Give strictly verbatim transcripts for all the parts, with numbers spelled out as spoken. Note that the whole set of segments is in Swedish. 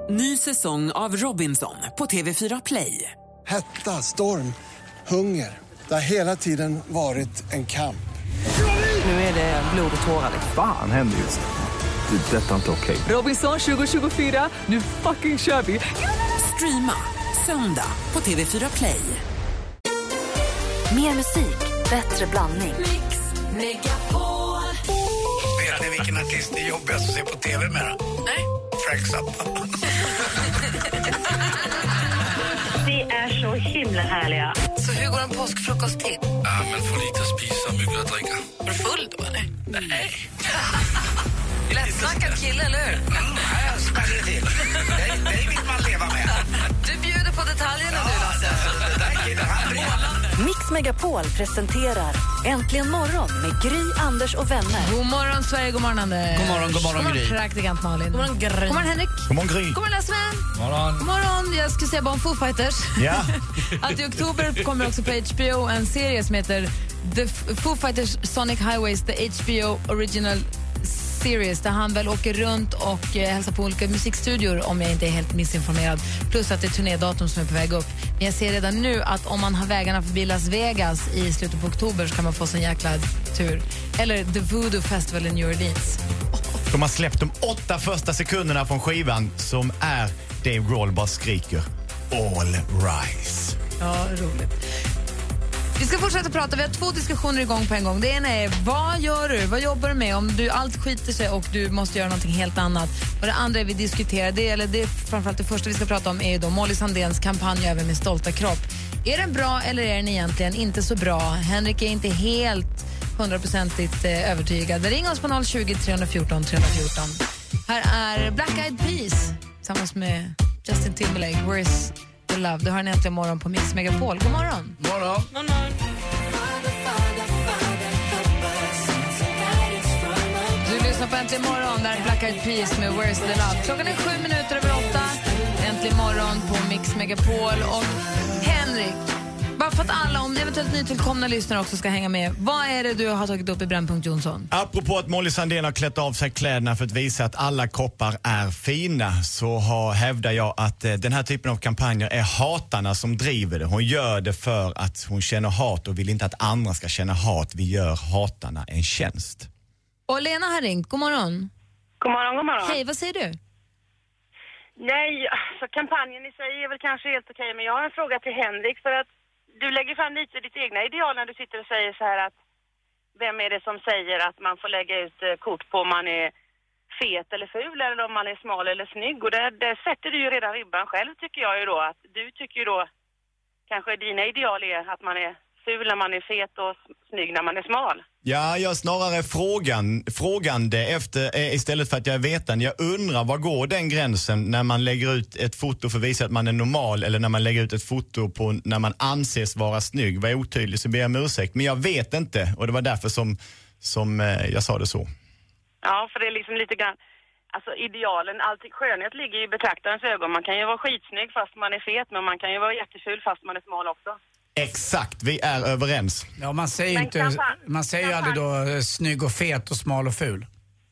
Ny säsong av Robinson på T V fyra Play. Hetta, storm, hunger. Det har hela tiden varit en kamp. Nu är det blod och tårar. Fan händer just det. Det är detta inte okej. Robinson tjugo tjugofyra, nu fucking kör vi. Streama söndag på T V fyra Play. Mer musik, bättre blandning. Mix Megapol. Vet ni vilken artist är jobbigast att se på tv med? Nej. Frank Zappa. Det är så himla härliga. Så hur går en påskfrukost till? Ja, men får lite att spisa, mycket att dricka. Var du full då, eller? Nej. Lättsnackad kille, eller hur? Mm, jag smäller till. Det, det vill man leva med. Du bjuder på detaljerna, du, Lasse. Det där killen, han är... Mix Megapol presenterar Äntligen morgon med Gry, Anders och vänner. God morgon Sverige, god morgon Anders. God morgon, god morgon Gry. God morgon praktikant Malin. God morgon Gry. God morgon Henrik. God morgon Gry. God morgon Läsvän. God morgon. God morgon, jag skulle säga bara om Foo Fighters. Ja. Att i oktober kommer också på H B O en serie som heter The Foo Fighters Sonic Highways, the H B O Original Series, där han väl åker runt och eh, hälsar på olika musikstudior, om jag inte är helt missinformerad. Plus att det är turnédatum som är på väg upp. Men jag ser redan nu att om man har vägarna förbi Las Vegas i slutet på oktober så kan man få sån jäkla tur. Eller The Voodoo Festival i New Orleans. De har släppt de åtta första sekunderna från skivan som är Dave Grohl bara skriker All Rise. Ja, roligt. Vi ska fortsätta prata. Vi har två diskussioner igång på en gång. Det ena är, vad gör du? Vad jobbar du med om du allt skiter sig och du måste göra någonting helt annat? Och det andra vi diskuterar, det, eller det, framförallt det första vi ska prata om är ju då Molly Sandéns kampanj över min stolta kropp. Är den bra eller är den egentligen inte så bra? Henrik är inte helt hundraprocentigt eh, övertygad. Ring oss på noll tjugo, tre fjorton, tre fjorton. Här är Black Eyed Peas tillsammans med Justin Timberlake. Where's the love? Du har en äntligen morgon på Mix Megapol. God morgon. God morgon. God morgon. Du lyssnar på Äntligen morgon, där är Black Eyed Peas med Where's the love. Klockan är sju minuter över åtta. Äntligen morgon på Mix Megapol. Och Henrik, bara för att alla, om eventuellt nytillkomna lyssnare också ska hänga med, vad är det du har tagit upp i Brännpunkt Jonsson? Apropå att Molly Sandén har klätt av sig kläderna för att visa att alla kroppar är fina, så har, hävdar jag att eh, den här typen av kampanjer är hatarna som driver det. Hon gör det för att hon känner hat och vill inte att andra ska känna hat. Vi gör hatarna en tjänst. Och Lena har ringt. God morgon. God morgon, god morgon. Hej, vad säger du? Nej, alltså kampanjen i sig är väl kanske helt okej, men jag har en fråga till Henrik, för att du lägger fram lite ditt egna ideal när du sitter och säger så här att vem är det som säger att man får lägga ut eh, kort på om man är fet eller ful eller om man är smal eller snygg, och där, där sätter du ju redan ribban själv, tycker jag ju då, att du tycker ju då kanske dina ideal är att man är ful när man är fet och snygg när man är smal. Ja, jag snarare frågan, frågande efter, eh, istället för att jag är vetande. Jag undrar, var går den gränsen när man lägger ut ett foto för att visa att man är normal, eller när man lägger ut ett foto på när man anses vara snygg? Var jag otydlig så ber jag om ursäkt, men jag vet inte, och det var därför som, som eh, jag sa det så. Ja, för det är liksom lite grann, alltså idealen, allt skönhet ligger ju i betraktarens ögon. Man kan ju vara skitsnygg fast man är fet, men man kan ju vara jätteful fast man är smal också. Exakt, vi är överens. Ja, man säger ju inte, man säger ju aldrig då eh, snygg och fet och smal och ful.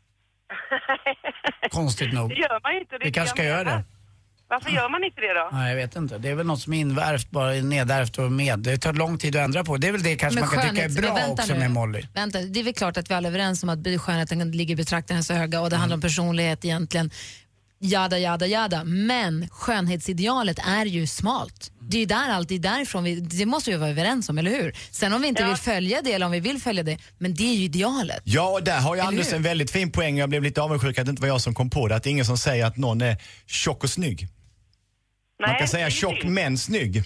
Konstigt nog. Det gör man inte. Det Vi kanske ska göra det. Varför gör man inte det då? Nej, jag vet inte. Det är väl något som är invärvt, bara nedärvt och med. Det tar lång tid att ändra på. Det är väl det kanske Men man kan tycka är skönhets- bra men vänta också nu. med Molly. Vänta, det är väl klart att vi alla är överens om att skönheten ligger i betraktarens öga och det handlar om personlighet egentligen. Jada, jada, jada. Men skönhetsidealet är ju smalt. Det är ju där allt, det är därifrån vi, det måste vi vara överens om, eller hur? Sen om vi inte Ja. vill följa det eller om vi vill följa det, men det är ju idealet. Ja, och där har ju Eller Anders hur? en väldigt fin poäng. Jag blev lite avundsjuk att det inte var jag som kom på det. Att det är ingen som säger att någon är tjock och snygg. Man Nej, kan säga det är tjock synd. men snygg.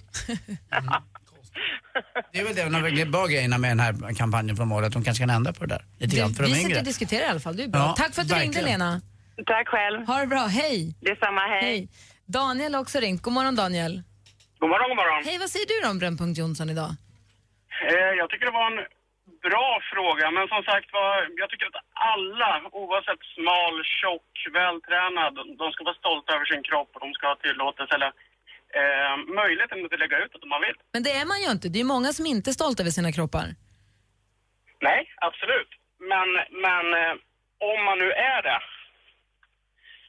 Det är väl det, en av de bra grejerna med den här kampanjen från Molly, att de kanske kan ändra på det där. Lite grann för vi de sitter yngre. och diskuterar i alla fall, det är bra. Ja, Tack för att du verkligen. ringde, Lena. Tack själv. Ha det bra, hej. Det är samma, hej. Hej. Daniel har också ringt. God morgon, Daniel. God morgon, god morgon. Hej, vad säger du om Brännpunkt Jonsson idag? Eh, jag tycker det var en bra fråga, men som sagt var, jag tycker att alla, oavsett smal, tjock, vältränad, de ska vara stolta över sin kropp och de ska ha tillåtelse eller eh, möjligheten att lägga ut det om man vill. Men det är man ju inte. Det är många som inte är stolta över sina kroppar. Nej, absolut. Men, men eh, om man nu är det,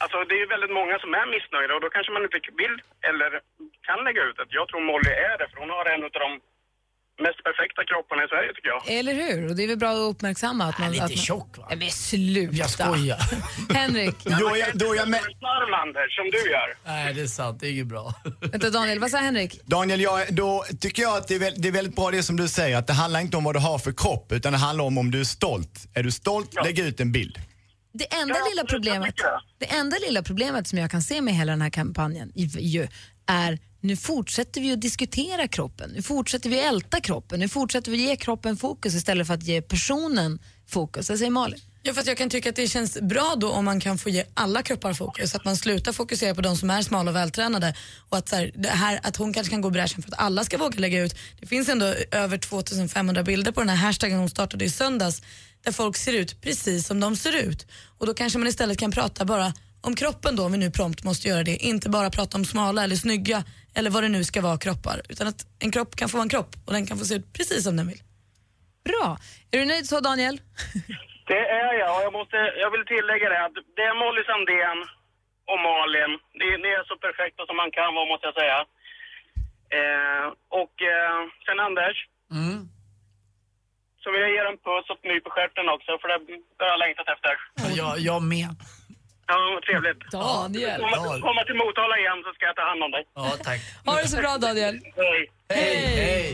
Alltså det är väldigt många som är missnöjda och då kanske man inte vill eller kan lägga ut det. Jag tror Molly är det, för hon har en av de mest perfekta kropparna i Sverige, tycker jag. Eller hur? Och det är väl bra att uppmärksamma att man... Lite att man... tjock, va? Ja, men sluta. Jag skojar. Henrik. Då är, jag- då är jag med. Snarm, Anders, som du gör. Nej, det är sant. Det är ju bra. Vänta, Daniel, vad sa Henrik? Daniel, jag, då tycker jag att det är, väl, det är väldigt bra det som du säger, att det handlar inte om vad du har för kropp, utan det handlar om om du är stolt. Är du stolt, Ja. lägg ut en bild. Det enda, Ja, lilla absolut, problemet, jag tycker det. det enda lilla problemet som jag kan se med hela den här kampanjen ju, är nu fortsätter vi att diskutera kroppen, nu fortsätter vi att älta kroppen, nu fortsätter vi att ge kroppen fokus istället för att ge personen fokus. Jag säger Malin. Ja, fast jag kan tycka att det känns bra då om man kan få ge alla kroppar fokus, att man slutar fokusera på de som är smala och vältränade och att, så här, det här, att hon kanske kan gå i bräschen för att alla ska våga lägga ut. Det finns ändå över tvåtusenfemhundra bilder på den här hashtaggen hon startade i söndags där folk ser ut precis som de ser ut, och då kanske man istället kan prata bara om kroppen då, om vi nu prompt måste göra det, inte bara prata om smala eller snygga eller vad det nu ska vara kroppar, utan att en kropp kan få vara en kropp och den kan få se ut precis som den vill. Bra. Är du nöjd så, Daniel? Det är jag, och jag, måste, jag vill tillägga det att det är Molly Sandén och Malin. Ni, ni är så perfekta som man kan vara, måste jag säga. Eh, och eh, sen Anders, Mm. så vill jag ge en puss och ny på stjärten också, för det har jag längtat efter. Ja, jag, jag med. Ja, trevligt. Daniel. Komma, komma till Motala igen så ska jag ta hand om dig. Ja, tack. Ha det så bra, Daniel. Hej. Hej, hej.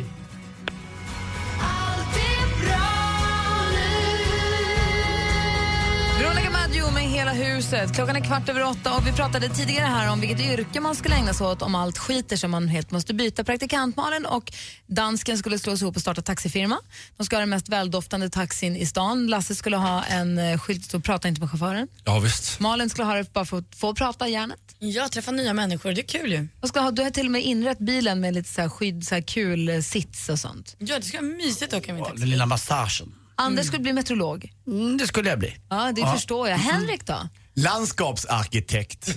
Veronica Maggio med Hela huset. Klockan är kvart över åtta och vi pratade tidigare här om vilket yrke man skulle ägna sig åt om allt skiter som man helt måste byta. Praktikantmalen och dansken skulle slå sig ihop och starta taxifirma. De ska ha den mest väldoftande taxin i stan. Lasse skulle ha en uh, skylt och prata inte med chauffören. Ja, visst. Malin skulle ha det bara för att få prata hjärnet. Jag träffar nya människor, det är kul ju. Och ska ha, du har till och med inrett bilen med lite så här skydd, så här kul uh, sits och sånt. Ja, det ska vara mysigt att åka med taxi. Den lilla massagen. Anders skulle bli meteorolog. Mm, det skulle jag bli. Ja, det Ja. förstår jag. Henrik då? Landskapsarkitekt.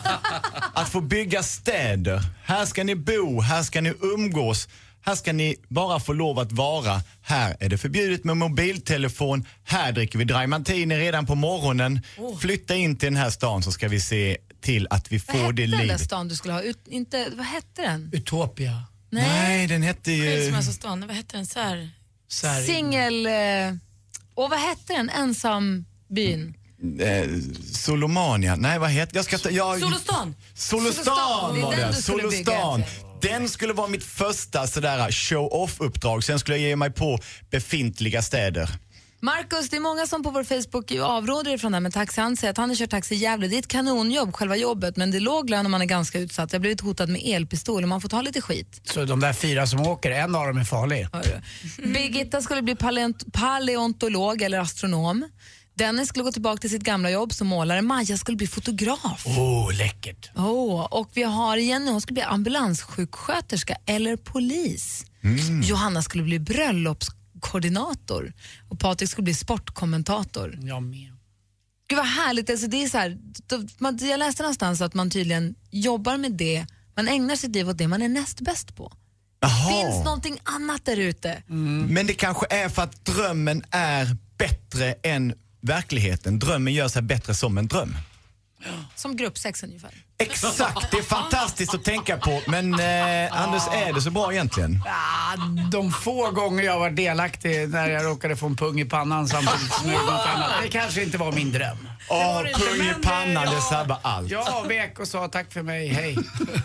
Att få bygga städer. Här ska ni bo, här ska ni umgås. Här ska ni bara få lov att vara. Här är det förbjudet med mobiltelefon. Här dricker vi dry martini redan på morgonen. Oh. Flytta in till den här stan så ska vi se till att vi Vad får hette det den där livet. stan du skulle ha? Ut, inte, vad hette den? Utopia. Nej. Nej, den hette ju... Skilsmässostan, vad heter den? Så här... Singel... Eh, och vad hette den? Ensam byn? Eh, Solomania. Nej, vad heter jag ska ta, jag, Solostan. Solostan Solostan, det är var den det. du skulle Solostan. bygga. Den skulle vara mitt första sådär show-off-uppdrag. Sen skulle jag ge mig på befintliga städer. Marcus, det är många som på vår Facebook avråder ifrån det här med taxi. Han säger att han har kört taxi i Gävle. Det är ett kanonjobb, själva jobbet, men det är låg lön och man är ganska utsatt. Jag har blivit hotad med elpistol och man får ta lite skit. Så de där fyra som åker, en av dem är farlig. Birgitta skulle bli paleont- paleontolog eller astronom. Dennis skulle gå tillbaka till sitt gamla jobb som målare. Maja skulle bli fotograf. Åh, oh, läckert. Oh, och vi har Jenny, hon skulle bli ambulanssjuksköterska eller polis. Mm. Johanna skulle bli bröllopskoordinator och Patrik skulle bli sportkommentator. Jag med. Gud vad härligt, alltså det är så här, då, man, jag läste någonstans att man tydligen jobbar med det, man ägnar sitt liv åt det man är näst bäst på. Jaha. Finns någonting annat där ute? Men det kanske är för att drömmen är bättre än verkligheten. Drömmen gör sig bättre som en dröm. Som gruppsex ungefär. Exakt, det är fantastiskt att tänka på. Men eh, Anders, är det så bra egentligen? Ja, de få gånger jag var delaktig när jag råkade få en pung i pannan samtidigt som jag gjorde något annat. Det kanske inte var min dröm. Åh, pung i pannan, det ja, sabbar allt. Jag vek och sa tack för mig, hej.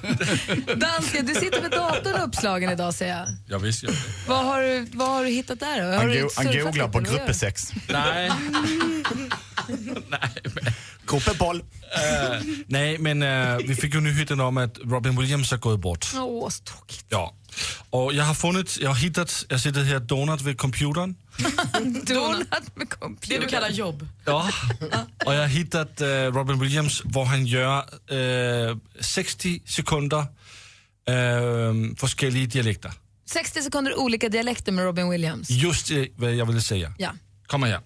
Danske, du sitter med datorn uppslagen idag ser jag. Jag visste ju. Vad har du, vad har du hittat där då? Har Han, du go- han surfat googlar lite, på eller vad gör du? gruppesex. Nej. Nej, men... Gruppeboll. Uh, nej, men uh, vi fick ju nyheten om att Robin Williams har gått bort. Åh, så tråkigt. Ja. Och jag har funnit, jag har hittat, jag sitter här donat vid computern. Donat med computer. Det du kallar jobb. Ja. Och jag har hittat uh, Robin Williams, var han gör uh, sextio sekunder uh, forskellige dialekter. sextio sekunder olika dialekter med Robin Williams. Just uh, vad jag ville säga. Ja. Kom här.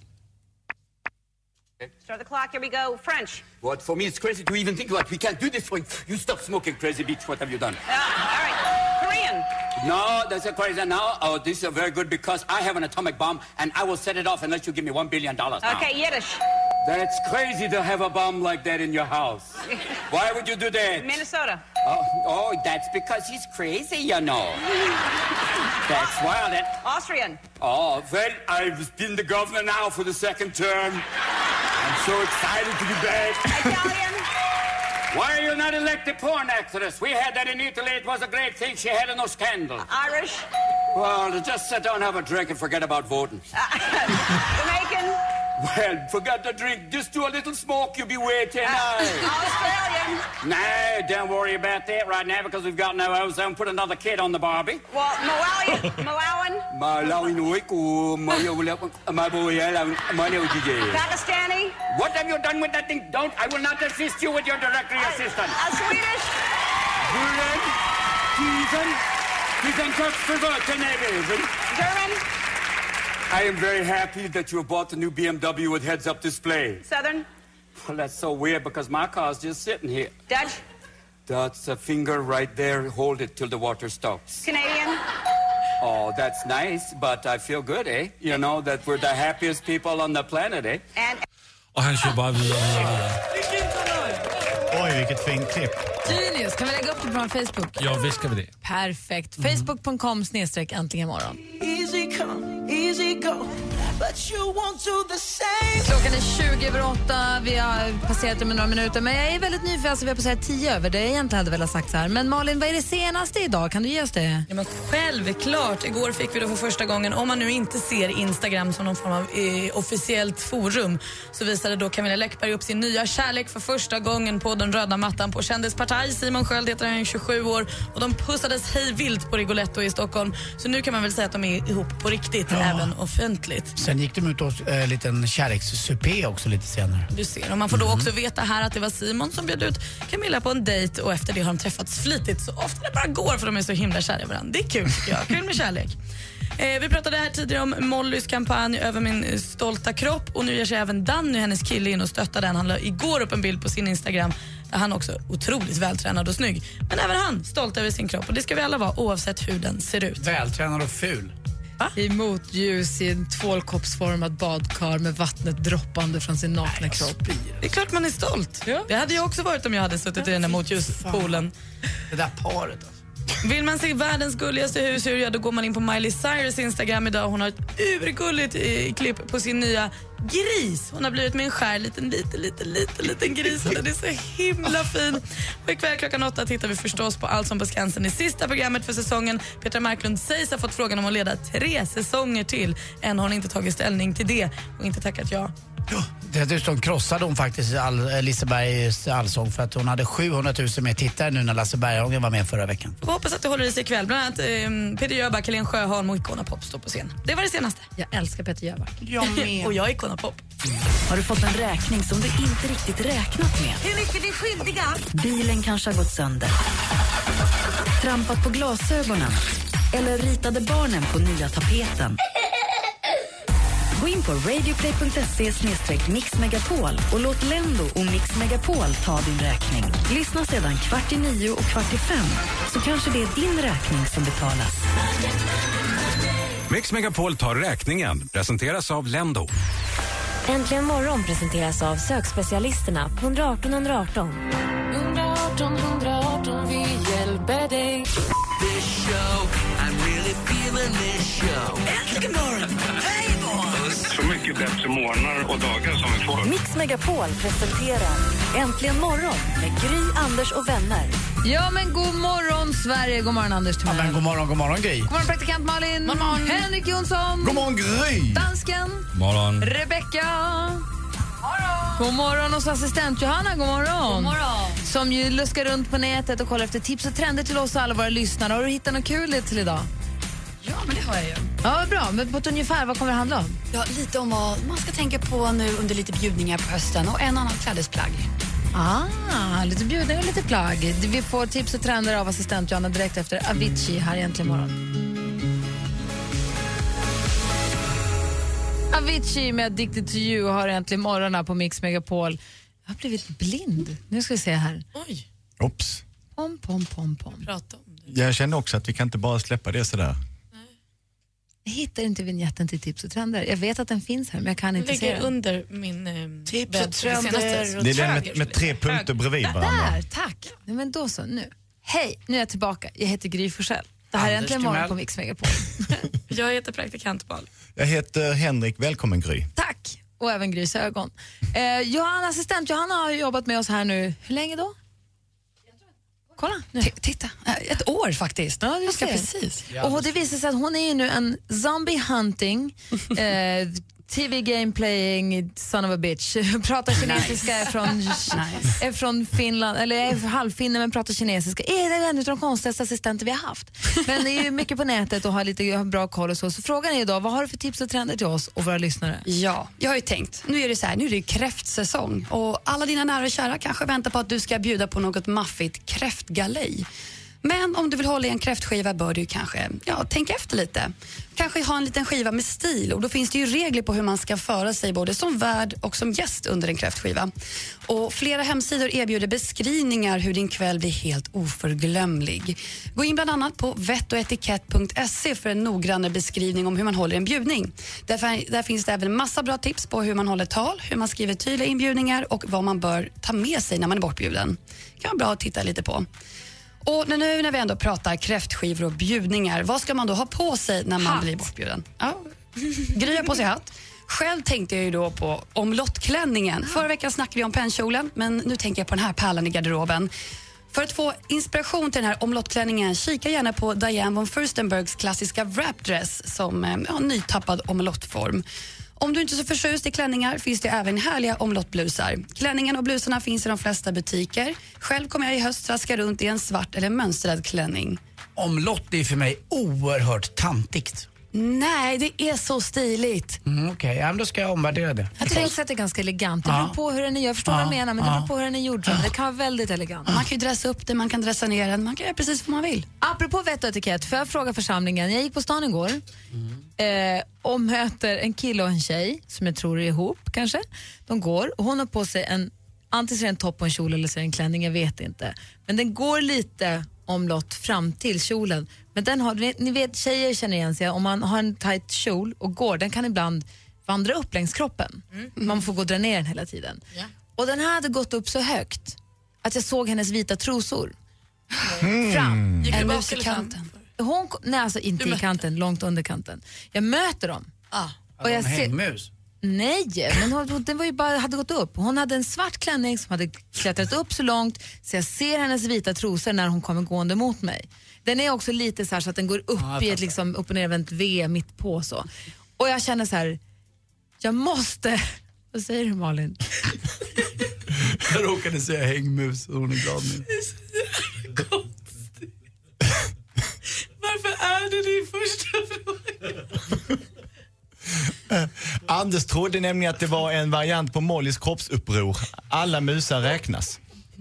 Start the clock, here we go. French. What? For me, it's crazy to even think about. We can't do this for you. You stop smoking, crazy bitch. What have you done? Yeah, all right. Korean. No, that's a crazy now. Oh, this is very good because I have an atomic bomb and I will set it off unless you give me one billion dollars. Okay, Yiddish. That's crazy to have a bomb like that in your house. Why would you do that? Minnesota. Oh, oh, that's because he's crazy, you know. That's why that... Austrian. Oh, well, I've been the governor now for the second term. I'm so excited to be back. Italian. Why are you not elected porn actress? We had that in Italy. It was a great thing. She had no scandal. Irish. Well, just sit down, have a drink, and forget about voting. Jamaican. Well, forget the drink. Just do a little smoke. You'll be waiting. Uh, Australian. No, don't worry about that right now because we've got no ozone. Put another kid on the Barbie. Well, Malawian. Malawian. Pakistani. What have you done with that thing? Don't. I will not assist you with your directory Uh, assistant. uh, Swedish. German. I am very happy that you have bought the new B M W with heads-up display. Southern. Well, that's so weird because my car's just sitting here. Dutch. That's a finger right there. Hold it till the water stops. Canadian. Oh, that's nice, but I feel good, eh? You know, that we're the happiest people on the planet, eh? And... Och han kör bara vidare. Oj, vilket fint klipp. Genius. Kan vi lägga upp det på vår Facebook? Ja, visst ska vi det. Perfekt. Facebook punkt com snedstreck äntligen morgon. Easy come, easy go, but you won't do the same. Klockan är tjugo över åtta. Vi har passerat det med några minuter. Men jag är väldigt nyfiken. Alltså, vi har passerat tio över. Det jag egentligen hade velat sagt så här. Men Malin, vad är det senaste idag? Kan du ge oss det? Ja, men självklart. Igår fick vi då för första gången, om man nu inte ser Instagram som någon form av eh, officiellt forum, så visade då Camilla Läckberg upp sin nya kärlek för första gången på den röda mattan på Kändispartaj. Simon Sköld heter han, tjugosju år, och de pussades hej vilt på Rigoletto i Stockholm. Så nu kan man väl säga att de är ihop på riktigt, ja. Även offentligt. Sen gick de ut och en äh, liten kärlekssupé också lite senare. Du ser, och man får då också veta här att det var Simon som bjöd ut Camilla på en dejt, och efter det har de träffats flitigt så ofta det bara går, för de är så himla kära i varandra. Det är kul tycker jag, kul med kärlek. Eh, vi pratade här tidigare om Mollys kampanj över min stolta kropp, och nu ger sig även Danny, hennes kille, in och stöttar den. Han la igår upp en bild på sin Instagram där han också är otroligt vältränad och snygg. Men även han stolt över sin kropp, och det ska vi alla vara oavsett hur den ser ut. Vältränad och ful. Va? I motljus i en tvålkoppsformad badkar med vattnet droppande från sin nakna Nej, kropp. Det är klart man är stolt. Ja. Det hade jag också varit om jag hade suttit i den där motljuspoolen. Det där paret alltså. Vill man se världens gulligaste husdjur, ja, då går man in på Miley Cyrus Instagram idag. Hon har ett urgulligt eh, klipp på sin nya gris. Hon har blivit med en skär liten, liten, liten, liten, liten gris. Och den är så himla fin. Och ikväll klockan åtta tittar vi förstås på Allt som på Skansen i sista programmet för säsongen. Petra Marklund sägs ha fått frågan om att leda tre säsonger till. Än har hon inte tagit ställning till det och inte tackat ja. Ja, dessutom krossade hon faktiskt all, Lisebergs allsång för att hon hade sjuhundratusen mer tittare nu när Lasse Berghagen var med förra veckan. Jag hoppas att det håller i sig ikväll. Bland annat eh, Peter Jöback, Helen Sjöholm och Icona Pop står på scen. Det var det senaste. Jag älskar Peter Jöback. Jag med. Och jag är Icona Pop. Har du fått en räkning som du inte riktigt räknat med? Hur mycket är skyldiga? Bilen kanske har gått sönder. Trampat på glasögonen. Eller ritade barnen på nya tapeten. Gå in på radioplay punkt se slash mixmegapol och låt Lendo och Mix Megapol ta din räkning. Lyssna sedan kvart i nio och kvart i fem, så kanske det är din räkning som betalas. Mix Megapol tar räkningen. Presenteras av Lendo. Äntligen morgon presenteras av sökspecialisterna på ett ett åtta ett ett åtta. ett åtta ett åtta, vi hjälper dig. This show, I'm really feeling this show. Äntligen morgon, hej Så mycket bättre morgnar och dagar som vi får. Mix Megapol presenterar Äntligen morgon med Gry, Anders och vänner. Ja, men god morgon Sverige, god morgon Anders. Ja, men god morgon, god morgon Gry. God morgon praktikant Malin. God morgon. Henrik Jonsson. God morgon Gry. Dansken. God morgon. Rebecca. God morgon hos assistent Johanna, god morgon. God morgon. Som ju luskar runt på nätet och kollar efter tips och trender till oss och alla våra lyssnare. Har du hittat något kul till idag? Ja, men det har jag ju. Ja, bra. Men på ett ungefär, vad kommer det handla om? Ja, lite om vad man ska tänka på nu under lite bjudningar på hösten och en annan klädesplagg. Ah, lite bjudningar och lite plagg. Vi får tips och trender av assistent Johanna direkt efter Avicii här egentligen morgon. Avicii med Addicted to you har äntligen morgon på Mix Megapol. Jag har blivit blind. Nu ska vi se här. Oj. Ops. Pom, pom, pom, pom. Prata om det. Jag känner också att vi kan inte bara släppa det sådär. Jag hittar inte vignetten till tips och trender. Jag vet att den finns här, men jag kan inte den se den. ligger under min eh, tips och trender. Det är den med, med tre punkter bredvid varandra. Där, tack. Nej, men då så, nu. Hej, nu är jag tillbaka. Jag heter Gry Forssell. Det här är Äntligen morgon på Mix Megapol. Jag heter praktikant Paul. Jag heter Henrik, välkommen Gry. Tack, och även Grys ögon. Eh, Johanna, assistent Johanna har jobbat med oss här nu. Hur länge då? Kolla nu. T- titta, ett år faktiskt. Ja, du ser. Precis. Och det visar sig att hon är ju nu en zombie hunting, eh, T V game playing son of a bitch. Pratar kinesiska, är från, nice. är från Finland, eller är halvfinne men pratar kinesiska. Är det en av de konstigaste assistenter vi har haft. Men det är ju mycket på nätet och har lite har bra koll och så. Så frågan är ju då, vad har du för tips och trender till oss och våra lyssnare? Ja, jag har ju tänkt, nu är det så här, nu är det ju kräftsäsong och alla dina nära och kära kanske väntar på att du ska bjuda på något maffigt kräftgalej. Men om du vill hålla i en kräftskiva bör du ju kanske ja, tänka efter lite. Kanske ha en liten skiva med stil och då finns det ju regler på hur man ska föra sig både som värd och som gäst under en kräftskiva. Och flera hemsidor erbjuder beskrivningar hur din kväll blir helt oförglömlig. Gå in bland annat på vett och etikett punkt se för en noggrannare beskrivning om hur man håller en bjudning. Där, där finns det även massa bra tips på hur man håller tal, hur man skriver tydliga inbjudningar och vad man bör ta med sig när man är bortbjuden. Det kan vara bra att titta lite på. Och nu när vi ändå pratar kräftskivor och bjudningar, vad ska man då ha på sig när man hatt. blir bortbjuden? Ja, Gry på sig hatt. Själv tänkte jag ju då på omlottklänningen. Förra veckan snackade vi om pennkjolen, men nu tänker jag på den här pärlan i garderoben. För att få inspiration till den här omlottklänningen, kika gärna på Diane von Furstenbergs klassiska wrapdress som ja, nytappad omlottform. Om du inte är så förtjust i klänningar finns det även härliga omlottblusar. Klänningen och blusarna finns i de flesta butiker. Själv kommer jag i höst traska runt i en svart eller mönstrad klänning. Omlott är för mig oerhört tantigt. Nej, det är så stiligt. Mm, Okej, okay. ja, då ska jag omvärdera det. Jag tycker också att det är ganska elegant. Det beror på hur den är. Jag förstår ja. vad du menar, men det beror på hur den är gjord. Det kan vara väldigt elegant. Man kan ju dressa upp den, man kan dressa ner den. Man kan göra precis vad man vill. Apropå vett och etikett, får jag fråga församlingen. Jag gick på stan igår mm. eh, och möter en kille och en tjej som jag tror är ihop kanske. De går och hon har på sig en, antingen så är det en topp och en kjol eller så är det en klänning, jag vet inte. Men den går lite omlott fram till kjolen. Men den har, ni vet, tjejer känner igen sig, om man har en tight kjol och går, den kan ibland vandra upp längs kroppen. Mm. Man får gå och dra ner den hela tiden. Ja. Och den här hade gått upp så högt att jag såg hennes vita trosor. Mm. Fram. Gick en mus i kanten? Hon, nej, alltså inte i kanten, långt under kanten. Jag möter dem. Ah. Och jag ser, hängmus? Nej, men hon, den var ju bara, hade gått upp. Hon hade en svart klänning som hade klättrat upp så långt så jag ser hennes vita trosor när hon kommer gående mot mig. Den är också lite så här så att den går upp ah, i ett liksom, upp och nervänt V mitt på så. Och jag känner så här, jag måste... Vad säger du, Malin? Jag råkade säga hängmus och hon är glad nu. Varför är det din första fråga? Uh, Anders trodde nämligen att det var en variant på Mollys kroppsuppror. Alla musar räknas.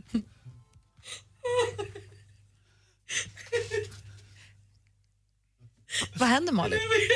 Vad händer, Molly?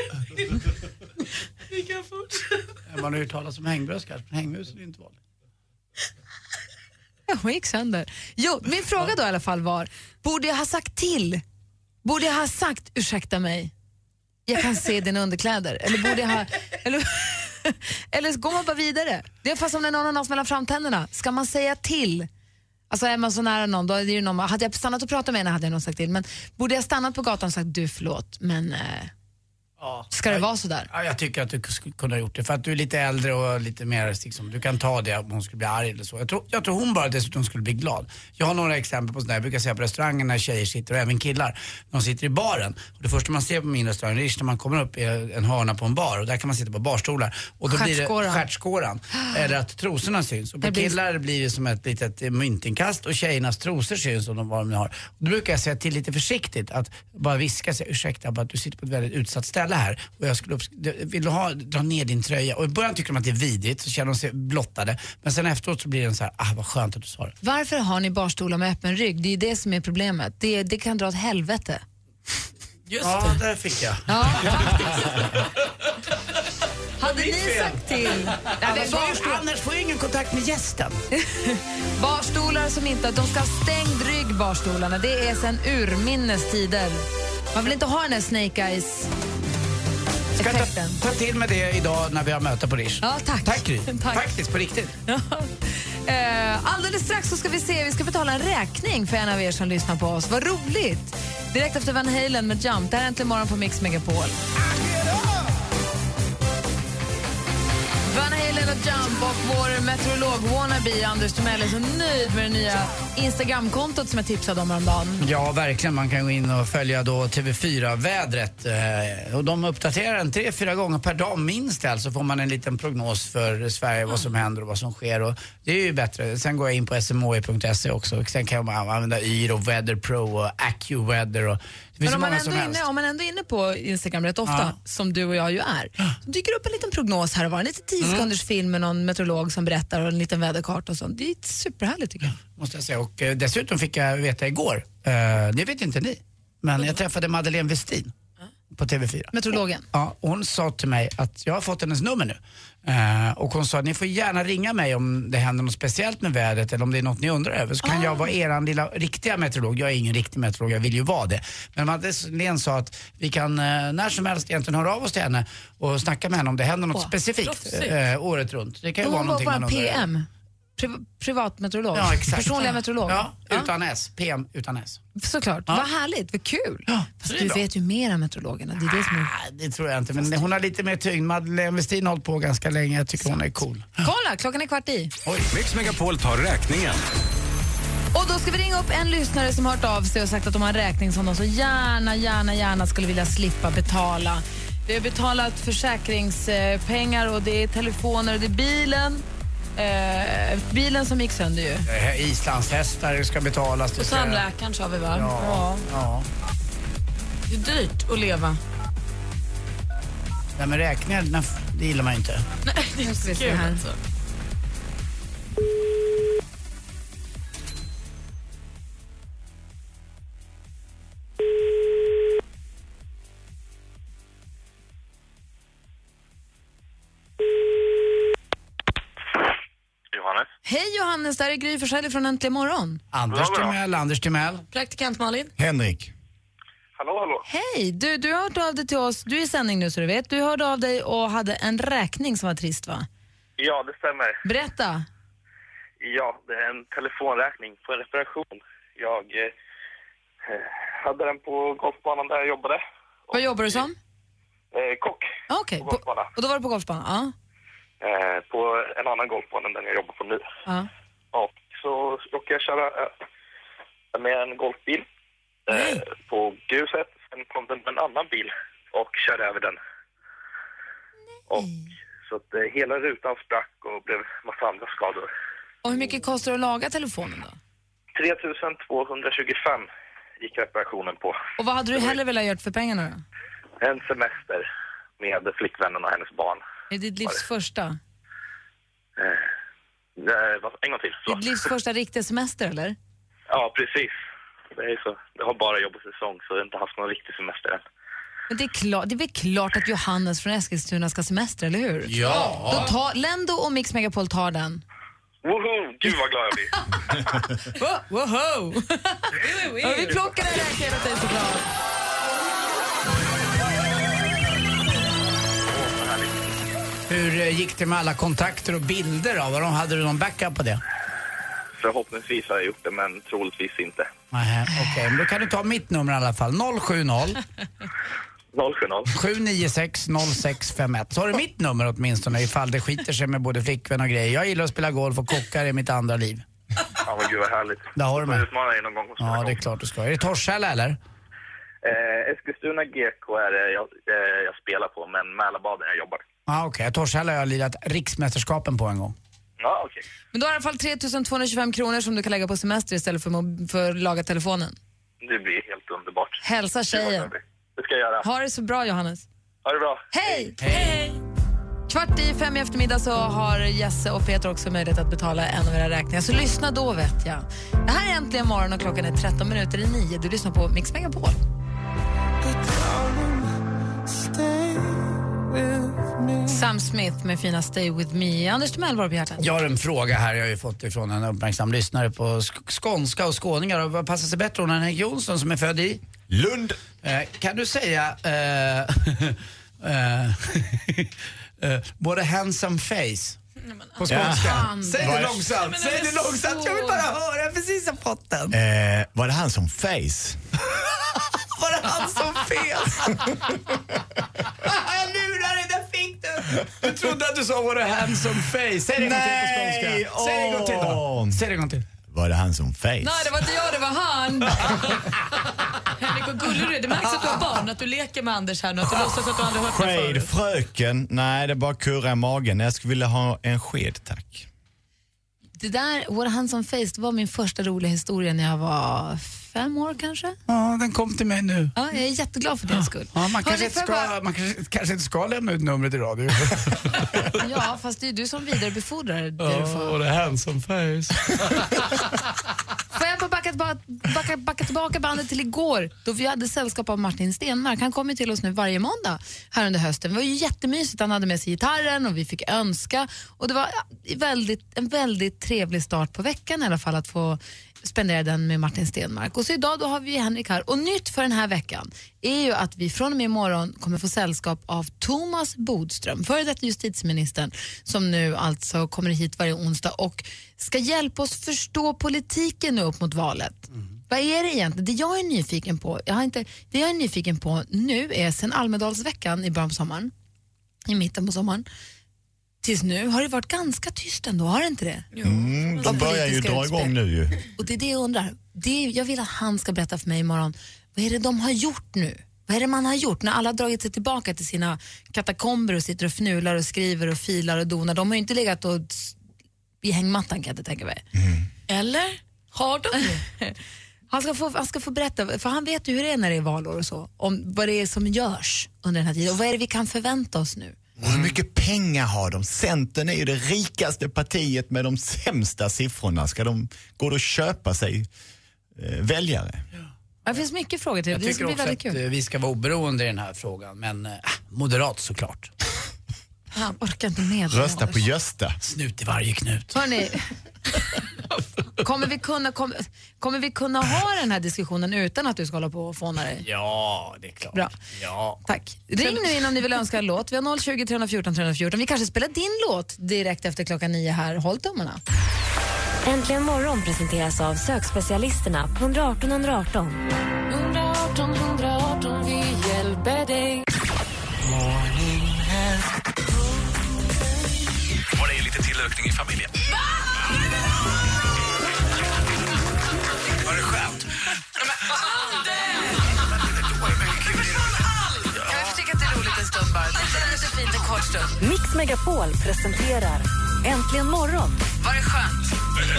Vi kan fortsätta. Man har ju talat om hängbröskar, men hängmus är inte vanligt. Ja, hon gick sönder. Jo, min fråga då i alla fall var, borde jag ha sagt till? Borde jag ha sagt, ursäkta mig, jag kan se dina underkläder? Eller borde jag ha... Eller, eller går man bara vidare? Det är fast som när någon har något mellan framtänderna. Ska man säga till? Alltså är man så nära någon, då är det ju någon... Hade jag stannat och pratat med henne hade jag nog sagt till. Men borde jag stannat på gatan och sagt, du förlåt, men... Eh, ja, ska det jag, vara så där? Ja, jag tycker att du skulle kunna ha gjort det. För att du är lite äldre och lite mer, liksom, du kan ta det om hon skulle bli arg eller så. Jag tror, jag tror hon bara dessutom skulle bli glad. Jag har några exempel på sådär. Jag brukar säga på restaurangen när tjejer sitter och även killar. De sitter i baren. Och det första man ser på min restaurang, det är när man kommer upp i en hörna på en bar. Och där kan man sitta på barstolar. Och då blir det stjärtskåran. Eller att trosorna syns. Och på blir... killar blir det som ett litet myntinkast. Och tjejernas trosor syns om de vad de har. Och då brukar jag säga till lite försiktigt. Att bara viska sig, ursäkta, bara att du sitter på ett väldigt utsatt ställe här. Och jag skulle vill du ha, dra ner din tröja. Och i början tycker de att det är vidrigt, så känner de sig blottade. Men sen efteråt så blir det en så här, ah vad skönt att du sa det. Varför har ni barstolar med öppen rygg? Det är det som är problemet. Det, det kan dra åt helvete. Just ja, det. Där fick jag. Ja, hade ni sagt till? Annars får, ju, annars får jag ingen kontakt med gästen. Barstolar som inte, de ska ha stängd rygg, barstolarna. Det är sen urminnes tider. Man vill inte ha den här Snake Eyes Ska ta, effekten. ta till med det idag när vi har möte på Rish. Ja, tack. Tack, Gry. Tack. Faktiskt, på riktigt. Ja. Eh, alldeles strax så ska vi se, vi ska betala en räkning för en av er som lyssnar på oss. Vad roligt! Direkt efter Van Halen med Jump. Det här är Äntligen morgon på Mix Megapol. Van Halen och Jump och vår meteorolog wannabe Anders Timell är så nöjd med det nya Instagram-kontot som jag tipsade om häromdagen. Ja, verkligen. Man kan gå in och följa då T V fyra-vädret. Eh, och de uppdaterar den tre, fyra gånger per dag minst. Alltså får man en liten prognos för Sverige, vad som händer och vad som sker. Och det är ju bättre. Sen går jag in på s m o e punkt s e också. Sen kan man använda Yr och Weather Pro och AccuWeather och Men om man, ändå inne, om man ändå är inne på Instagram rätt ofta, ja. som du och jag ju är, så dyker upp en liten prognos här och var. En liten tio sekunders mm. film med någon meteorolog som berättar och en liten väderkart och sånt. Det är superhärligt tycker jag. Måste jag säga. Och eh, dessutom fick jag veta igår, eh, det vet inte ni, men jag träffade Madeleine Westin på T V fyra. Meteorologen? Ja, hon sa till mig att jag har fått hennes nummer nu. Uh, och hon sa att ni får gärna ringa mig om det händer något speciellt med vädret eller om det är något ni undrar över. Så kan ah. jag vara eran lilla riktiga meteorolog. Jag är ingen riktig meteorolog, jag vill ju vara det. Men Madeleine sa att vi kan uh, när som helst egentligen höra av oss till henne och snacka med henne om det händer något oh, specifikt uh, året runt. Det kan ju vara någonting man undrar. P M. Pri- privatmeteorolog. Ja, exakt. Personliga meteorolog. Ja, utan ja. S. P M utan S. Såklart. Ja. Vad härligt, vad kul. Ja, fast du bra. Vet ju mer än meteorologerna. Det är det som är... Ah, det tror jag inte, men hon har lite mer tyngd. Madeleine Westin har hållit på ganska länge. Jag tycker Sant. Hon är cool. Kolla, klockan är kvart i. Oj, Mix Megapol tar räkningen. Och då ska vi ringa upp en lyssnare som har hört av sig och sagt att de har en räkning som de så gärna, gärna, gärna skulle vilja slippa betala. Vi har betalat försäkringspengar och det är telefoner och det är bilen. Eh, bilen som gick sönder ju. Eh, Islandshästar ska betalas. Och tandläkaren sa vi va? Ja, ja. ja. Det är dyrt att leva. Nej men räkningar, det gillar man inte. Nej, det är så kul alltså. Johannes. Hej Johannes, där är Gry Forssell från Äntligen morgon. Anders Timell, Anders Timell. Praktikant Malin. Henrik. Hallå, hallå. Hej, du, du har hört av dig till oss. Du är i sändning nu så du vet. Du hörde av dig och hade en räkning som var trist va? Ja, det stämmer. Berätta. Ja, det är en telefonräkning på en reparation. Jag eh, hade den på golfbanan där jag jobbade. Vad jobbar du som? Eh, kock. Ah, Okej, okay. Och då var du på golfbanan? Ja. Eh, på en annan golfbana än den jag jobbar på nu. Ja. Och så råkade jag köra eh, med en golfbil eh, på gruset. Sen kom det en annan bil och körde över den. Och så att eh, hela rutan sprack och blev massa andra skador. Och hur mycket kostar det att laga telefonen då? tre tusen tvåhundratjugofem gick reparationen på. Och vad hade du hellre velat göra för pengarna då? En semester med flickvännen och hennes barn. Är det ditt livs första? Eh, en gång till. Ditt livs första riktiga semester eller? Ja, precis. Det är så. Jag har bara jobbat säsong så jag har inte haft någon riktig semester än. Men det är, klart, det är väl klart att Johannes från Eskilstuna ska semester, eller hur? Ja! Då tar Lendo och Mix Megapol tar den. Woho! Gud vad glad jag blir. Woho! Ja, vi plockar den räkningen åt dig såklart. Hur gick det med alla kontakter och bilder då? Var de, hade du någon backup på det? Förhoppningsvis har jag gjort det, men troligtvis inte. Nähä, okej. Okay. Men då kan du ta mitt nummer i alla fall. noll sju noll noll sju noll sju nio sex noll sex fem ett. Så har du mitt nummer åtminstone ifall det skiter sig med både flickvän och grejer. Jag gillar att spela golf och kockar i mitt andra liv. Ja, men gud vad härligt. Det har du med. Utmana dig någon gång. Ja, det är klart du ska. Är det Torshälla eller? Eh, Eskilstuna G K är det jag, eh, jag spelar på, men Mälarbaden jag jobbar. Ja, ah, okej. Okay. Torshälla har jag lirat riksmästerskapen på en gång. Ja, okej. Okay. Men då har du i alla fall tre tusen tvåhundratjugofem kronor som du kan lägga på semester istället för att för laga telefonen. Det blir helt underbart. Hälsa tjejen. Det ska jag göra. Ha det så bra, Johannes. Ha det bra. Hej! Hej! Hej. Kvart i fem i eftermiddag så har Jesse och Peter också möjlighet att betala en av era räkningar. Så lyssna då, vet jag. Det här är Äntligen morgon och klockan är tretton minuter i nio. Du lyssnar på Mix Megapol. Sam Smith med fina Stay With Me. Anders Timell var på hjärtat. Jag har en fråga här jag har ju fått ifrån en uppmärksam lyssnare på sk- skånska och skåningar. Och vad passar sig bättre än Henrik Jonsson som är född i? Lund. Eh, kan du säga... Eh, Uh, uh, både handsome face på skånska. Ja. Säg det långsamt, säg det långsamt. Jag vill bara höra, jag precis har fått den. Eh, var det han som face? Var det han som fes? Jag lurar dig, där fick du. Du trodde att du sa var det handsome face. Säg det en gång till på skånska. Säg det en gång till då. Säg det en gång till. Var det han som face? Nej, det var inte jag, det var han. Henrik, och gullig du är. Det märks att du har barn, att du leker med Anders här nu, att du låtsas att du aldrig hört det Sked, förut. fröken. Nej, det bara kurrar i magen. Jag skulle vilja ha en sked, tack. Det där, var det han som face, det var min första roliga historia när jag var fem år kanske. Ja, den kom till mig nu. Ja, jag är jätteglad för din skull. Ja, man kanske, Hörrni, inte får ska, jag bara- man kanske, kanske inte ska lämna ut numret i radio. Ja, fast det är du som vidarebefordrar det du Ja, får. och det är handsome face. Får jag bara backa, backa, backa, backa tillbaka bandet till igår då vi hade sällskap av Martin Stenmark. Han kommer till oss nu varje måndag här under hösten. Det var ju jättemysigt. Han hade med sig gitarren och vi fick önska. Och det var väldigt, en väldigt trevlig start på veckan i alla fall att få spendera den med Martin Stenmark. Och så idag då har vi Henrik här. Och nytt för den här veckan är ju att vi från och med imorgon kommer få sällskap av Thomas Bodström, före detta justitieministern, som nu alltså kommer hit varje onsdag och ska hjälpa oss förstå politiken nu upp mot valet. Mm. Vad är det egentligen? Det jag är nyfiken på, jag har inte, det jag är nyfiken på nu är sen Almedalsveckan i början på sommaren, i mitten på sommaren, tills nu har det varit ganska tyst ändå, har det inte det? Mm, de börjar ju dra igång nu ju. Och det är det jag undrar. Det är, jag vill att han ska berätta för mig imorgon. Vad är det de har gjort nu? Vad är det man har gjort när alla har dragit sig tillbaka till sina katakomber och sitter och fnular och skriver och filar och donar? De har ju inte legat och i hängmattan, kan jag inte tänka mig. Mm. Eller? Har de det? Han ska, få, han ska få berätta, för han vet ju hur det är när det är valår och så. Om vad det är som görs under den här tiden. Och vad är det vi kan förvänta oss nu? Och hur mycket pengar har de? Centern är ju det rikaste partiet med de sämsta siffrorna. Ska de gå och köpa sig eh, väljare? Det finns mycket frågor till det. Jag Det ska tycker bli också väldigt att kul. eh, vi ska vara oberoende i den här frågan. Men äh, moderat såklart. Han orkar inte med det. Rösta på Gösta. Snut i varje knut. Hörrni, kommer, vi kunna, kommer, kommer vi kunna ha den här diskussionen utan att du ska hålla på och fåna dig? Ja, det är klart. Bra. Ja. Tack. Ring nu in om ni vill önska en låt. Vi har noll tjugo, tre fjorton, tre fjorton. Vi kanske spelar din låt direkt efter klockan nio här. Håll tummarna. Äntligen morgon presenteras av sökspecialisterna på ett ett ett ett ett. ett ett ett ett ett, vi hjälper dig. Var det lite tillökning i familjen? Var det skönt? Kan vi få tycka att det är roligt en stund bara? Det är så fint en kort stund. Mix Megapol presenterar Äntligen morgon Var det skönt?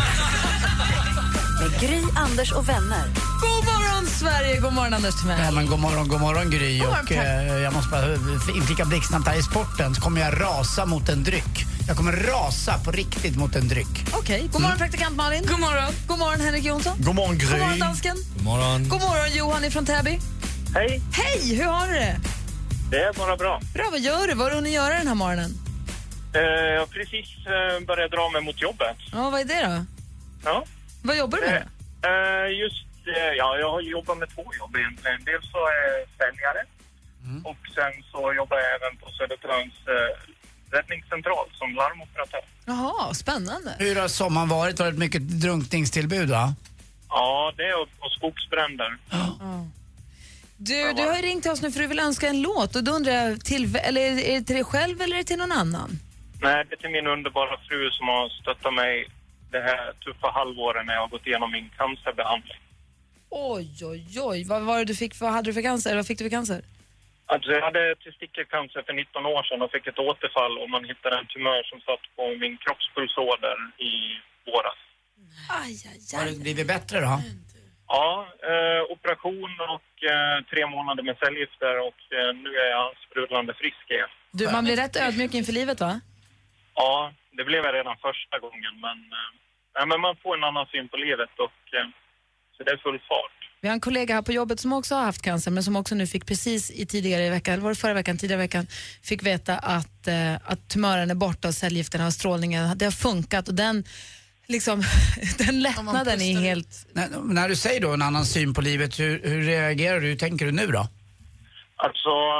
med Gry, Anders och vänner. God morgon Sverige, god morgon Anders Timell. Ja, men god morgon, god morgon Gry. God morgon, och tack. eh, jag måste bara inflika blixtsnabbt här i sporten så kommer jag rasa mot en dryck. Jag kommer rasa på riktigt mot en dryck. Okej, okay. God morgon praktikant Malin. God morgon. God morgon Henrik Jonsson. God morgon Gry. God morgon dansken. God morgon. God morgon Johan ifrån Täby. Hej, Hej, hur har du det? det är bara bra. Bra, vad gör du? Vad har du hunnit göra den här morgonen? Eh, Jag har precis eh, börjat dra mig mot jobbet. Ja, vad är det då? Ja. Vad jobbar du med då? Eh, Just, eh, ja, jag har jobbat med två jobb egentligen. Dels så är jag säljare och sen så jobbar jag även på Södertörns eh, räddningscentral som larmoperatör. Jaha, spännande. Hur har sommaren varit? Varit mycket drunkningstillbud va? Ja, det är och, och skogsbränder. Du, du har ju ringt till oss nu för du vill önska en låt och då undrar jag, till, eller är det till dig själv eller är det till någon annan? Nej, det är till min underbara fru som har stöttat mig det här tuffa halvåret när jag har gått igenom min cancerbehandling. Oj, oj, oj. Vad var det du fick? Vad hade du för cancer? Vad fick du för cancer? Alltså jag hade testikelcancer för nitton år sedan och fick ett återfall och man hittade en tumör som satt på min kroppspulsåder i våras. Aj, aj, aj. Har det blivit bättre då? Ja, eh, operation och eh, tre månader med cellgifter och eh, nu är jag sprudlande frisk igen. Du, man blir rätt ödmjuk inför livet va? Ja, det blev jag redan första gången men, eh, ja, men man får en annan syn på livet och eh, så det är full fart. Vi har en kollega här på jobbet som också har haft cancer men som också nu fick precis i tidigare i veckan, eller var det förra veckan, tidigare i veckan, fick veta att, eh, att tumören är borta och cellgifterna och strålningen, det har funkat och den liksom, den lättnaden är helt... När, när du säger då en annan syn på livet, hur, hur reagerar du? Hur tänker du nu då? Alltså,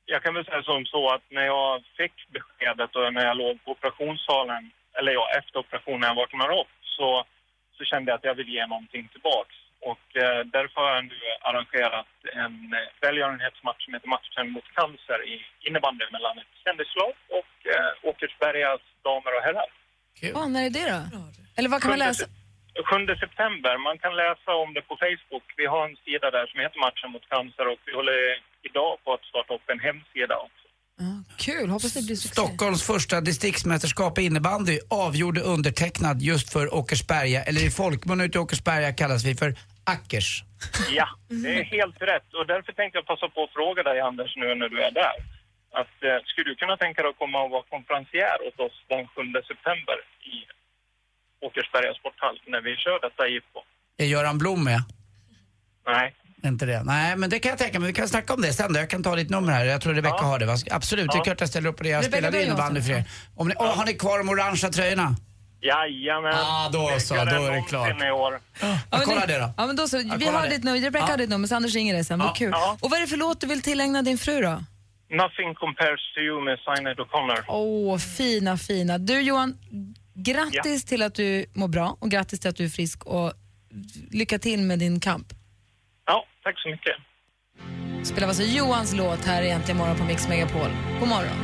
jag kan väl säga som så att när jag fick beskedet och när jag låg på operationssalen, eller ja, efter operationen när jag vaknade upp, så, så kände jag att jag vill ge någonting tillbaks. Och eh, därför har jag nu arrangerat en eh, välgörenhetsmatch som heter Matchen mot cancer i innebandy mellan ett kändislag och eh, Åkersbergas damer och herrar. Ja, ah, när är det då? Eller vad kan man läsa? sjunde september. Man kan läsa om det på Facebook. Vi har en sida där som heter Matchen mot cancer och vi håller idag på att starta upp en hemsida också. Ah, kul, hoppas det blir succé. Stockholms första distriktsmästerskap i innebandy avgjorde undertecknad just för Åkersberga, eller i folkmun ute i Åkersberga kallas vi för Ackers. Ja, det är helt rätt. Och därför tänkte jag passa på att fråga dig, Anders, nu när du är där. Att, eh, skulle du kunna tänka dig att komma och vara konferencier åt oss den sjunde september i Åkersberga sporthall när vi kör detta jippo? Är Göran Blom med? Nej. Inte det. Nej, men det kan jag tänka mig. Vi kan snacka om det sen. Jag kan ta ditt nummer här. Jag tror Rebecca ja. har det. Va? Absolut, ja. Det är klart jag ställer upp på det. Jag Rebecca, spelade innebandy för er. Om ni, oh, har ni kvar de orangea tröjorna? Jajamän. Ah, då så, då är det klart. Ja, ja, kolla det då. Ja, men då så. Vi har ditt nummer. Rebecca ja. har ditt nummer, så Anders ringer det sen. Ja. Vad kul. Ja. Och vad är det för låt du vill tillägna din fru då? Nothing Compares to You med Sinéad O'Connor. Åh, oh, fina, fina. Du Johan, grattis ja. till att du mår bra och grattis till att du är frisk och lycka till med din kamp. Ja, tack så mycket. Spelar alltså Johans låt här egentligen morgon på Mix Megapol. God morgon.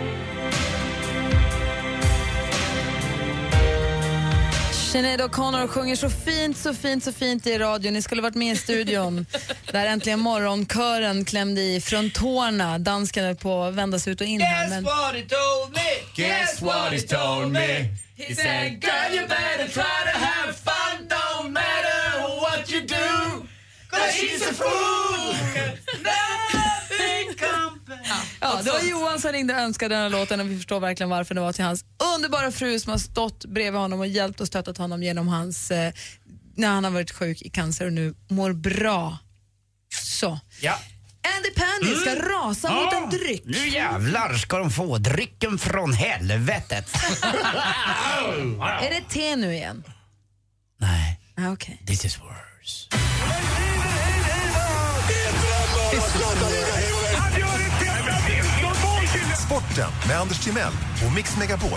Sinéad O'Connor sjunger så fint, så fint, så fint i radion. Ni skulle varit med i studion där äntligen morgonkören klämde i från tårna. Dansken är på att vända sig ut och in här. Guess what he told me? Guess what he told me? He said, girl, you better try to have fun. Don't matter what you do, 'cause she's a fool. Nothing compares. Ja, det var Johan som ringde och önskade den här låten och vi förstår verkligen varför. Det var till hans underbara fru som har stått bredvid honom och hjälpt och stöttat honom genom hans, eh, när han har varit sjuk i cancer och nu mår bra. Så. Ja. Andy Pandy ska mm. rasa ja. mot en dryck. Nu jävlar ska de få drycken från helvetet. Är det te nu igen? Nej. Ah, okay. This is worse. Sporten med Anders Timell och Mix Megapol.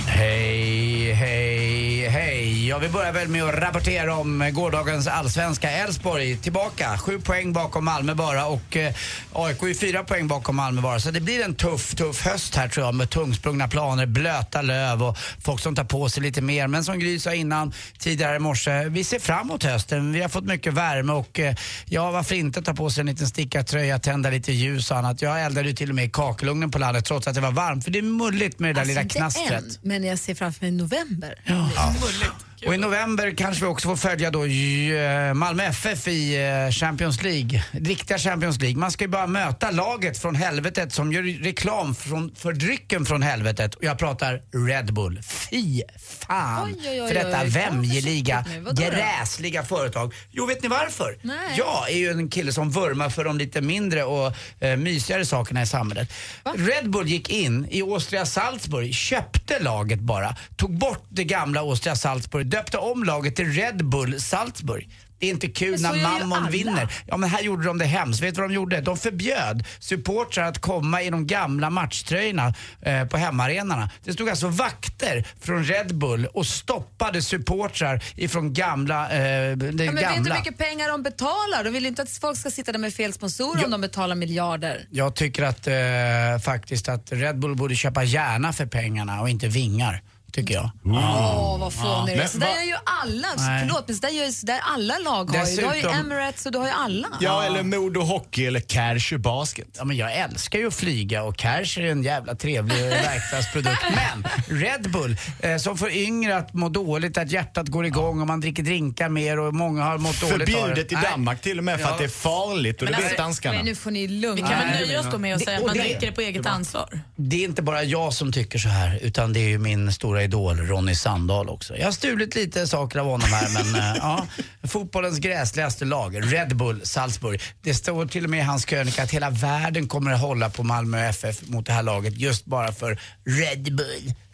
Hej, hej, hej. Ja, vi börjar väl med att rapportera om gårdagens allsvenska. Elfsborg tillbaka. Sju poäng bakom Malmö bara och eh, A I K är fyra poäng bakom Malmö bara. Så det blir en tuff, tuff höst här tror jag med tungsprungna planer, blöta löv och folk som tar på sig lite mer. Men som Gry sa innan tidigare i morse, vi ser fram emot hösten. Vi har fått mycket värme och eh, ja, varför inte ta på sig en liten stickartröja, tända lite ljus och annat. Jag eldade ju till och med i kakelugnen på landet trots att det var varmt. För det är mulligt med det där alltså, lilla knastret. Än, men jag ser framför mig november. Ja. Ja. Och i november kanske vi också får följa då Malmö F F i Champions League, riktiga Champions League. Man ska ju bara möta laget från helvetet som gör reklam från, för drycken från helvetet. Och jag pratar Red Bull. Fy fan oj, oj, oj, för detta vämjeliga, gräsliga företag. Jo, vet ni varför? Nej. Jag är ju en kille som vurmar för de lite mindre och eh, mysigare sakerna i samhället. Va? Red Bull gick in i Austria Salzburg, köpte laget bara, tog bort det gamla Austria Salzburg, döpte om laget till Red Bull Salzburg. Det är inte kul när mammon vinner. Ja, men här gjorde de det hemskt. Vet du vad de gjorde? De förbjöd supportrar att komma i de gamla matchtröjorna eh, på hemmaarenorna. Det stod alltså vakter från Red Bull och stoppade supportrar ifrån gamla eh, det ja, men gamla. vet du hur mycket pengar de betalar? De vill ju inte att folk ska sitta där med fel sponsorer ja. om de betalar miljarder. Jag tycker att eh, faktiskt att Red Bull borde köpa hjärna för pengarna och inte vingar. Tycker jag. Åh, mm. oh, vad fånig. Ja. Så där va? gör ju alla, Nej. förlåt, men så där gör så där alla lag har Dessutom, ju. Du har ju Emirates och du har ju alla. Ja, eller Modo Hockey eller Cash basket. Ja, men jag älskar ju att flyga och Cash är en jävla trevlig verkstadsprodukt. Men Red Bull, eh, som får yngre att må dåligt, att hjärtat går igång och man dricker drinkar mer och många har mått dåligt. Förbjudet i Danmark till och med för ja. att det är farligt och men det alltså, vet danskarna. Men nu får ni lugna. Vi kan väl nöja oss då med att säga att man det, dricker det på eget det, ansvar. Det är inte bara jag som tycker så här, utan det är ju min stora idol Ronny Sandahl också. Jag har stulit lite saker av honom här, men äh, ja, fotbollens gräsligaste lag, Red Bull Salzburg. Det står till och med i hans krönika att hela världen kommer att hålla på Malmö F F mot det här laget just bara för Red Bull.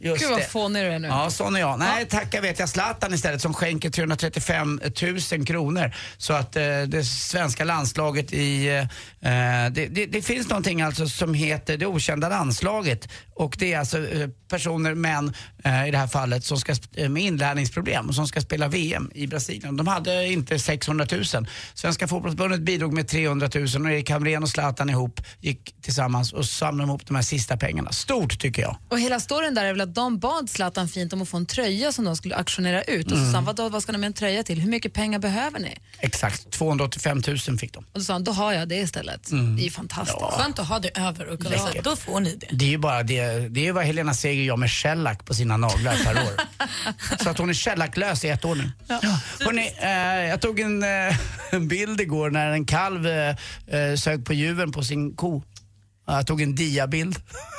Just Gud vad det. fånig du är nu. Ja, sån är jag. Nej, tacka vet jag Zlatan istället som skänker trehundratrettiofem tusen kronor. Så att eh, det svenska landslaget i... Eh, det, det, det finns någonting alltså som heter det okända landslaget. Och det är alltså eh, personer, män eh, i det här fallet, som ska sp- med inlärningsproblem och som ska spela V M i Brasilien. De hade inte sexhundratusen. Svenska fotbollsförbundet bidrog med trehundratusen och Erik Hamrén och Zlatan ihop gick tillsammans och samlade ihop de här sista pengarna. Stort tycker jag. Och hela storyn där är väl att de bad Zlatan fint om att få en tröja som de skulle auktionera ut. Och så Mm. sa han, vad, vad ska ni med en tröja till? Hur mycket pengar behöver ni? Exakt, tvåhundraåttiofem tusen fick de. Och då sa han, då har jag det istället. Mm. Det är ju fantastiskt. Ja. Skönt att ha det över och kunna Läckert. säga, då får ni det. Det är ju bara det, det är ju vad Helena Seger gör med shellac på sina naglar per år. Så att hon är shellacklös i ett år nu. Ja. Hörrni, eh, jag tog en, eh, en bild igår när en kalv eh, eh, sög på juven på sin ko. Jag tog en diabild.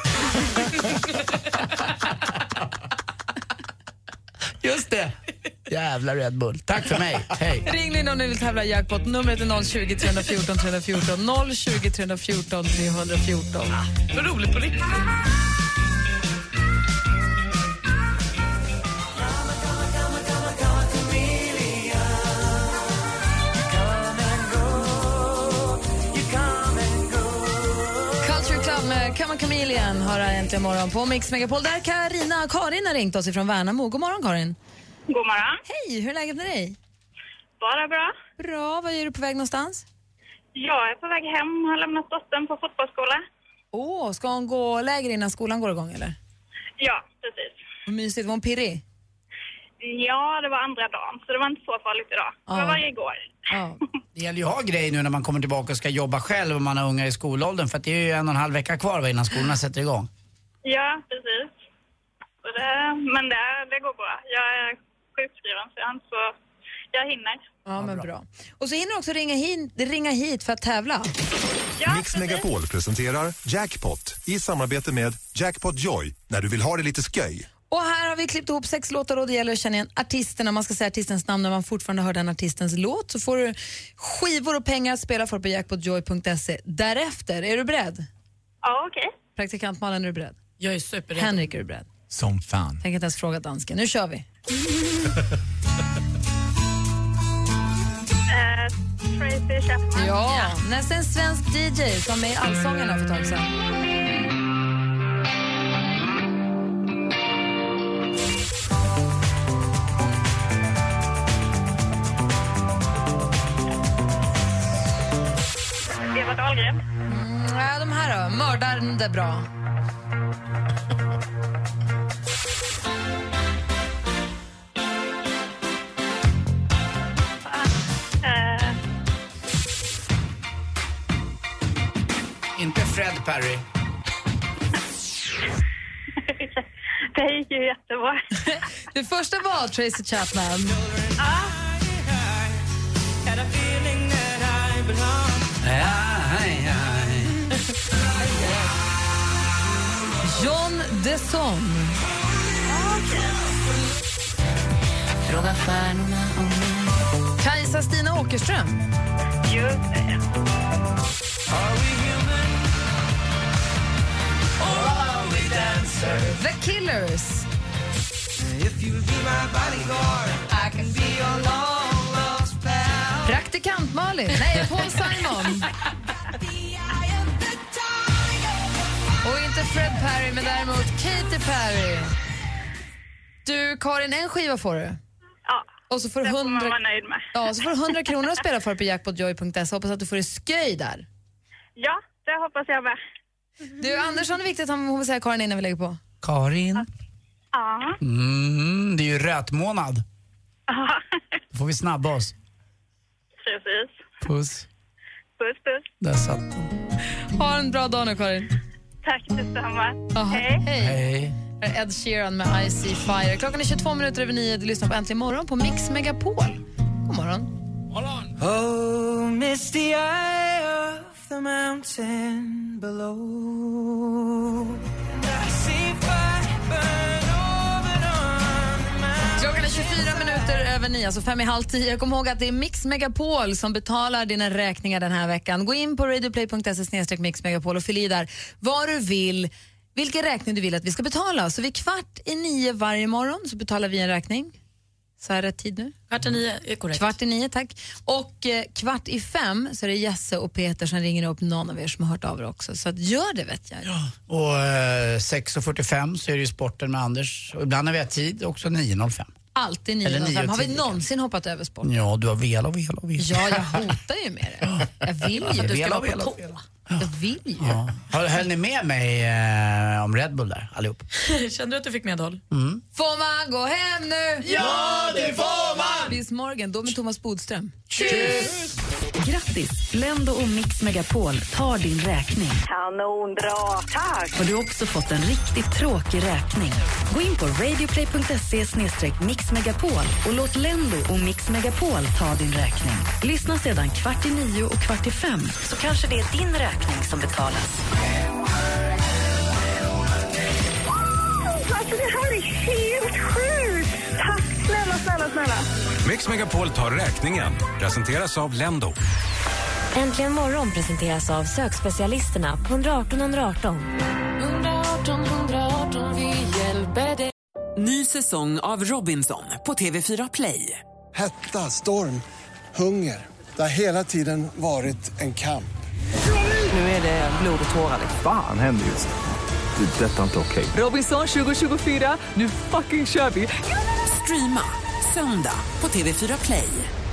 Just det. Jävla Red Bull. Tack för mig. Hej. Ring in om ni vill tävla i jackpot. Numret är noll tjugo, tre fjorton, tre fjorton. noll tjugo, tre fjorton, tre fjorton. Vad roligt på riktigt. Culture Club med Come on Chameleon har jag äntligen morgon på Mix Megapol. Där Karina, Karin har ringt oss ifrån Värnamo. God morgon Karin. God morgon. Hej, hur är läget med dig? Bara bra. Bra, vad är du på väg någonstans? Jag är på väg hem, har lämnat dottern på fotbollsskola. Åh, oh, ska hon gå lägre innan skolan går igång eller? Ja, precis. Hur mysigt, var hon pirrig? Ja, det var andra dagen, så det var inte så farligt idag. Det var varje igår. Ja. Det gäller ju att ha grejer nu när man kommer tillbaka och ska jobba själv och man har ungar i skolåldern. För att det är ju en och en halv vecka kvar va, innan skolorna sätter igång. Ja, precis. Så det, men det, det går bra. Jag är sjukskriven så jag, inte så, jag hinner. Ja, men bra. Och så hinner du också ringa hit, ringa hit för att tävla. Ja, Mix Megapol presenterar Jackpot i samarbete med Jackpot Joy när du vill ha det lite sköj. Och här har vi klippt ihop sex låtar och det gäller att känna igen artisterna. Man ska säga artistens namn när man fortfarande hör den artistens låt. Så får du skivor och pengar att spela för på jackpot joy punkt se. Därefter, är du beredd? Ja, okej. Okay. Praktikant Malin, är du beredd? Jag är superrädd. Henrik, är du beredd? Som fan. Tänker inte ens fråga dansken. Nu kör vi. uh, Tracy Chapman. Ja, nästan en svensk D J som är i Allsångarna för ett tag sedan. Eva Dahlgren. Mm, ja, de här då. Mördaren, det är bra. Uh. Inte Fred Perry. Det gick ju jättebra. Det första var Tracy Chapman. Ja. John Desson. Fråga stjärnorna om mig. Kajsa Stina Åkerström. Just det. The Killers. If you be my bodyguard, I can be your long lost pal. Praktikant Malin. Nej, Paul Simon. Och inte Fred Perry, men däremot Katy Perry. Du, Karin, en skiva får du. Ja, och så får du det får hundra... man vara nöjd med. Ja, så får du hundra kronor att spela för på jackpot joy punkt se. Hoppas att du får det sköj där. Ja, det hoppas jag med. Du, Andersson, är viktigt att hon vill säga Karin innan vi lägger på. Karin? Ja. Mm, det är ju rötmånad. Ja. Då får vi snabba oss. Precis. Puss. Puss, puss. Där satt den. Ha en bra dag nu, Karin. Tack detsamma. Aha, hej. Hej. Hej. Ed Sheeran med I See Fire. Klockan är tjugotvå minuter över nio. Du lyssnar på Äntligen morgon på Mix Megapol. God morgon. Morgon. Oh, misty eye of the mountain below. And I see fire burn over on the mountain. Klockan är tjugofyra minuter över nio, alltså fem i halv tio. Kom ihåg att det är Mix Megapol som betalar dina räkningar den här veckan. Gå in på radioplay punkt se snedstreck Mix Megapol och fyll i där vad du vill vilken räkning du vill att vi ska betala. Så vid kvart i nio varje morgon så betalar vi en räkning. Så är det tid nu? Kvart i nio är korrekt. Kvart i nio, tack. Och eh, kvart i fem så är det Jesse och Peter som ringer upp någon av er som har hört av er också. Så att gör det, vet jag. Ja. Och eh, sex och fyrtiofem så är det ju sporten med Anders. Och ibland när vi har tid också nio noll fem. Alltid nio noll fem. Har vi någonsin hoppat över sporten? Ja, du har velat och velat och velat. Ja, jag hotar ju med det. Jag vill ju. Ja, Du ska vela, vara på vela, tå. vela. Jag vill ju. Ja. Höll ni med mig eh, om Red Bull där, allihop? Kände du att du fick medhåll? Mm. Får man gå hem nu? Ja, det får man! Bis morgon, då med Thomas Bodström. Tjus! Grattis! Lendo och Mix Megapol tar din räkning. Kanonbra, tack! Har du också fått en riktigt tråkig räkning? Gå in på radioplay.se snedstreck mixmegapol och låt Lendo och Mix Megapol ta din räkning. Lyssna sedan kvart i nio och kvart i fem, så kanske det är din räkning som betalas. Alltså det här är helt sjukt! Tack snälla, snälla, snälla. Mix Megapol tar räkningen. Presenteras av Lendo. Äntligen morgon presenteras av sökspecialisterna på ett ett ett ett ett. Ny säsong av Robinson på T V fyra Play. Hetta, storm, hunger. Det har hela tiden varit en kamp. Nu är det blod och tårar. Fan händer just det. Det är detta inte okej. Robinson tjugo tjugofyra, nu fucking kör vi. Streama söndag på T V fyra Play.